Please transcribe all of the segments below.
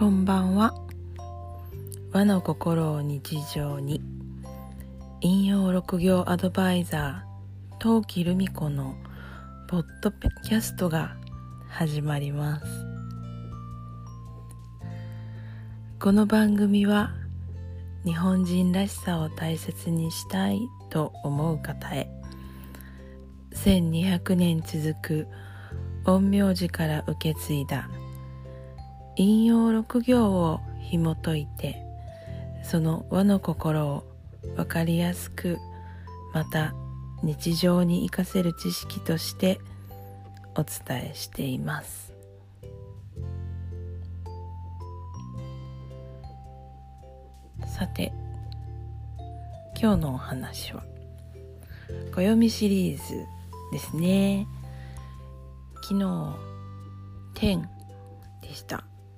こんばんは。和の心を日常に、引用6行アドバイザー陶器留美子のポッドキャストが始まります。この番組は日本人らしさを大切にしたいと思う方へ、1200年続く陰陽師から受け継いだ引用6行を紐解いて、その和の心を分かりやすく、また日常に生かせる知識としてお伝えしています。さて、今日のお話は暦シリーズですね。昨日10でした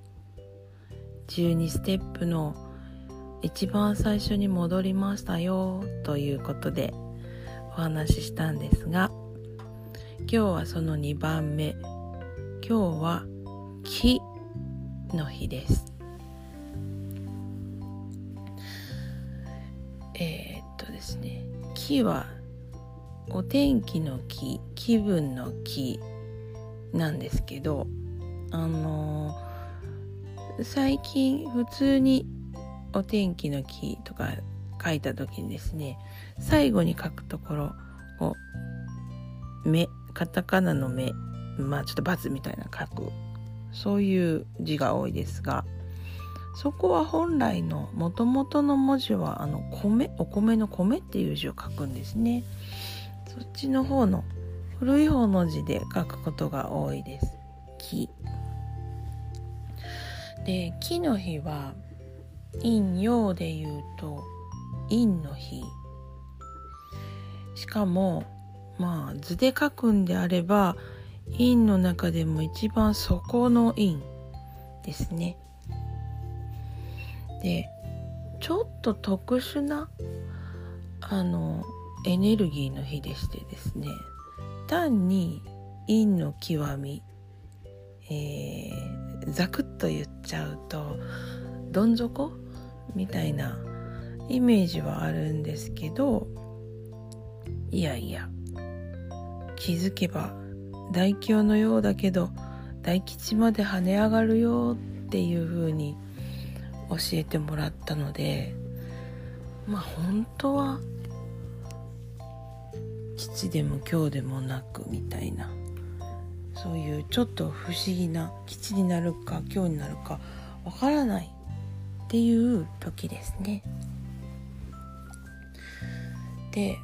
。12ステップの一番最初に戻りましたよということでお話ししたんですが、今日はその2番目。今日は木の日です。ですね、木はお天気の木、気分の木なんですけど、最近普通にお天気の木とか書いた時にですね、最後に書くところを目、カタカナの目、ちょっと×みたいな書く、そういう字が多いですが、そこは本来の元々の文字はお米の米っていう字を書くんですね。そっちの方の古い方の字で書くことが多いです。木で、木の日は陰陽でいうと陰の日。しかも図で書くんであれば陰の中でも一番底の陰ですね。で、ちょっと特殊なエネルギーの日でしてですね、単に陰の極み、ざくっと言っちゃうとどん底みたいなイメージはあるんですけど、いやいや、気づけば大凶のようだけど大吉まで跳ね上がるよっていう風に教えてもらったので、本当は吉でも凶でもなくみたいな、そういうちょっと不思議な、吉になるか凶になるかわからないっていう時ですね。で、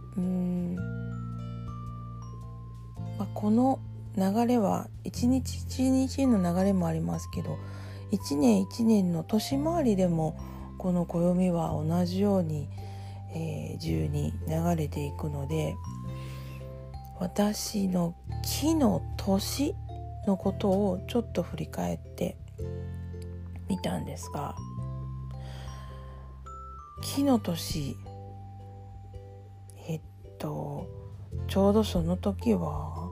この流れは一日一日の流れもありますけど、一年一年の年回りでもこの暦は同じように、順に流れていくので、私の木の年のことをちょっと振り返ってみたんですが、木の年、ちょうどその時は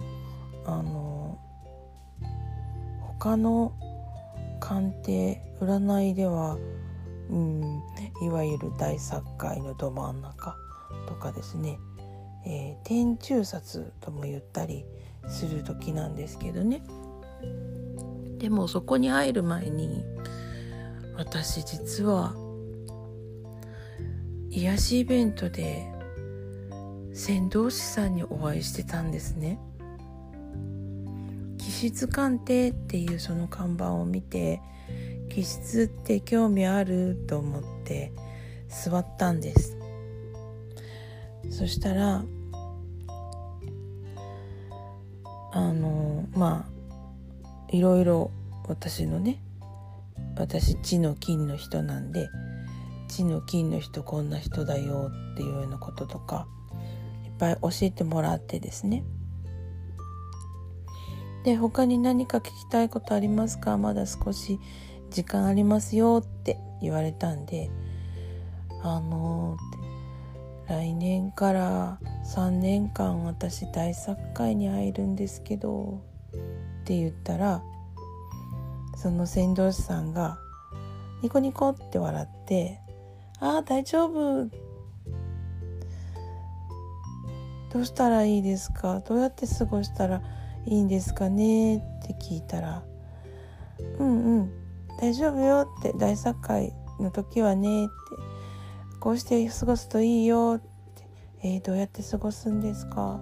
他の鑑定占いでは、いわゆる大殺界のど真ん中とかですね、天中殺とも言ったりする時なんですけどね。でもそこに入る前に、私実は癒しイベントで船頭師さんにお会いしてたんですね。気質鑑定っていうその看板を見て、気質って興味あると思って座ったんです。そしたらいろいろ私地の金の人なんで、地の金の人こんな人だよっていうようなこととかいっぱい教えてもらってですね。で、他に何か聞きたいことありますか？まだ少し時間ありますよって言われたんで、来年から3年間私大殺界に入るんですけどって言ったら、 その先導師さんがニコニコって笑って、大丈夫、どうしたらいいですか、どうやって過ごしたらいいんですかねって聞いたら、大丈夫よって、大作会の時はねって、こうして過ごすといいよって、どうやって過ごすんですか、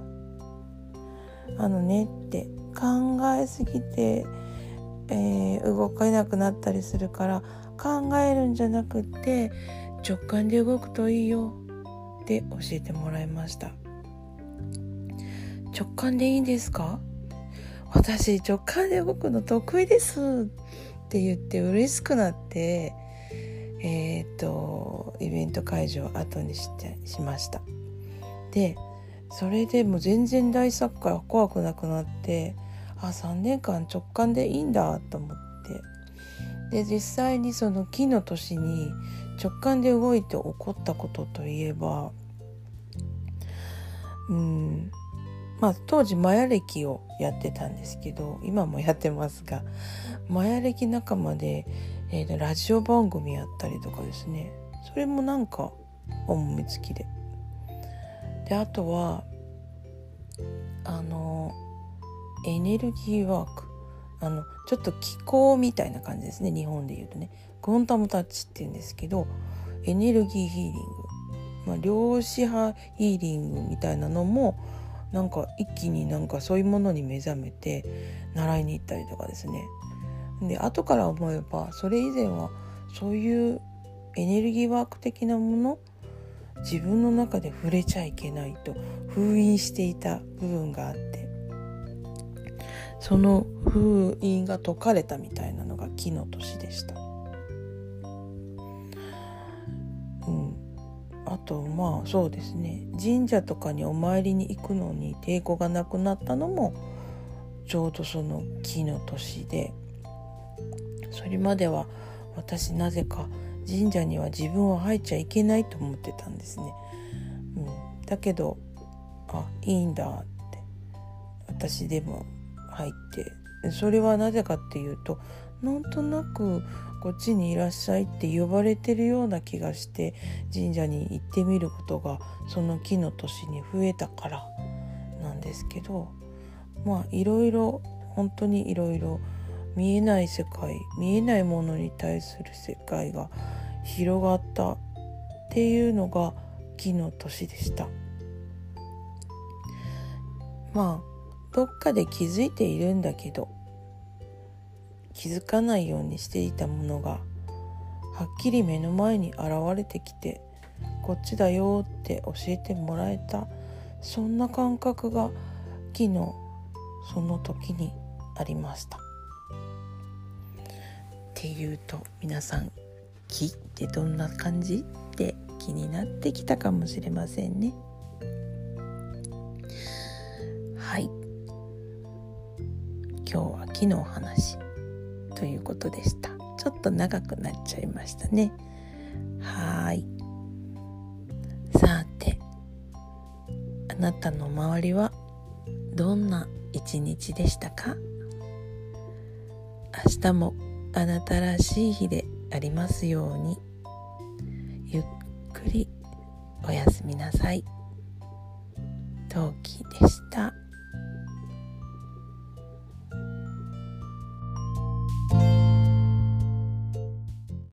って考えすぎて、動けなくなったりするから、考えるんじゃなくって直感で動くといいよって教えてもらいました。直感でいいんですか？私直感で動くの得意ですって言って嬉しくなって、イベント会場を後にしました。でそれでもう全然大作会は怖くなくなって、3年間直感でいいんだと思って、で実際にその木の年に直感で動いて起こったことといえば、当時マヤ歴をやってたんですけど、今もやってますが、マヤ歴仲間で、ラジオ番組やったりとかですね、それもなんか思いつきで、あとはエネルギーワーク、ちょっと気候みたいな感じですね、日本で言うとね、クォンタムタッチっていうんですけど、エネルギーヒーリング、量子波ヒーリングみたいなのもなんか一気になんかそういうものに目覚めて習いに行ったりとかですね。で後から思えば、それ以前はそういうエネルギーワーク的なもの、自分の中で触れちゃいけないと封印していた部分があって、その封印が解かれたみたいなのが木の年でした。あとそうですね、神社とかにお参りに行くのに抵抗がなくなったのもちょうどその木の年で、それまでは私なぜか神社には自分は入っちゃいけないと思ってたんですね。だけどいいんだって、私でも入って、それはなぜかっていうと、なんとなくこっちにいらっしゃいって呼ばれてるような気がして、神社に行ってみることがその木の年に増えたからなんですけど、いろいろ、本当にいろいろ見えない世界、見えないものに対する世界が広がったっていうのが木の年でした。どっかで気づいているんだけど、気づかないようにしていたものがはっきり目の前に現れてきて、こっちだよって教えてもらえた、そんな感覚が木のその時にありました。っていうと、皆さん木ってどんな感じって気になってきたかもしれませんね。はい、今日は木のお話ということでした。ちょっと長くなっちゃいましたね。はい。さて、あなたの周りはどんな一日でしたか？明日もあなたらしい日でありますように。ゆっくりおやすみなさい。トウキでした。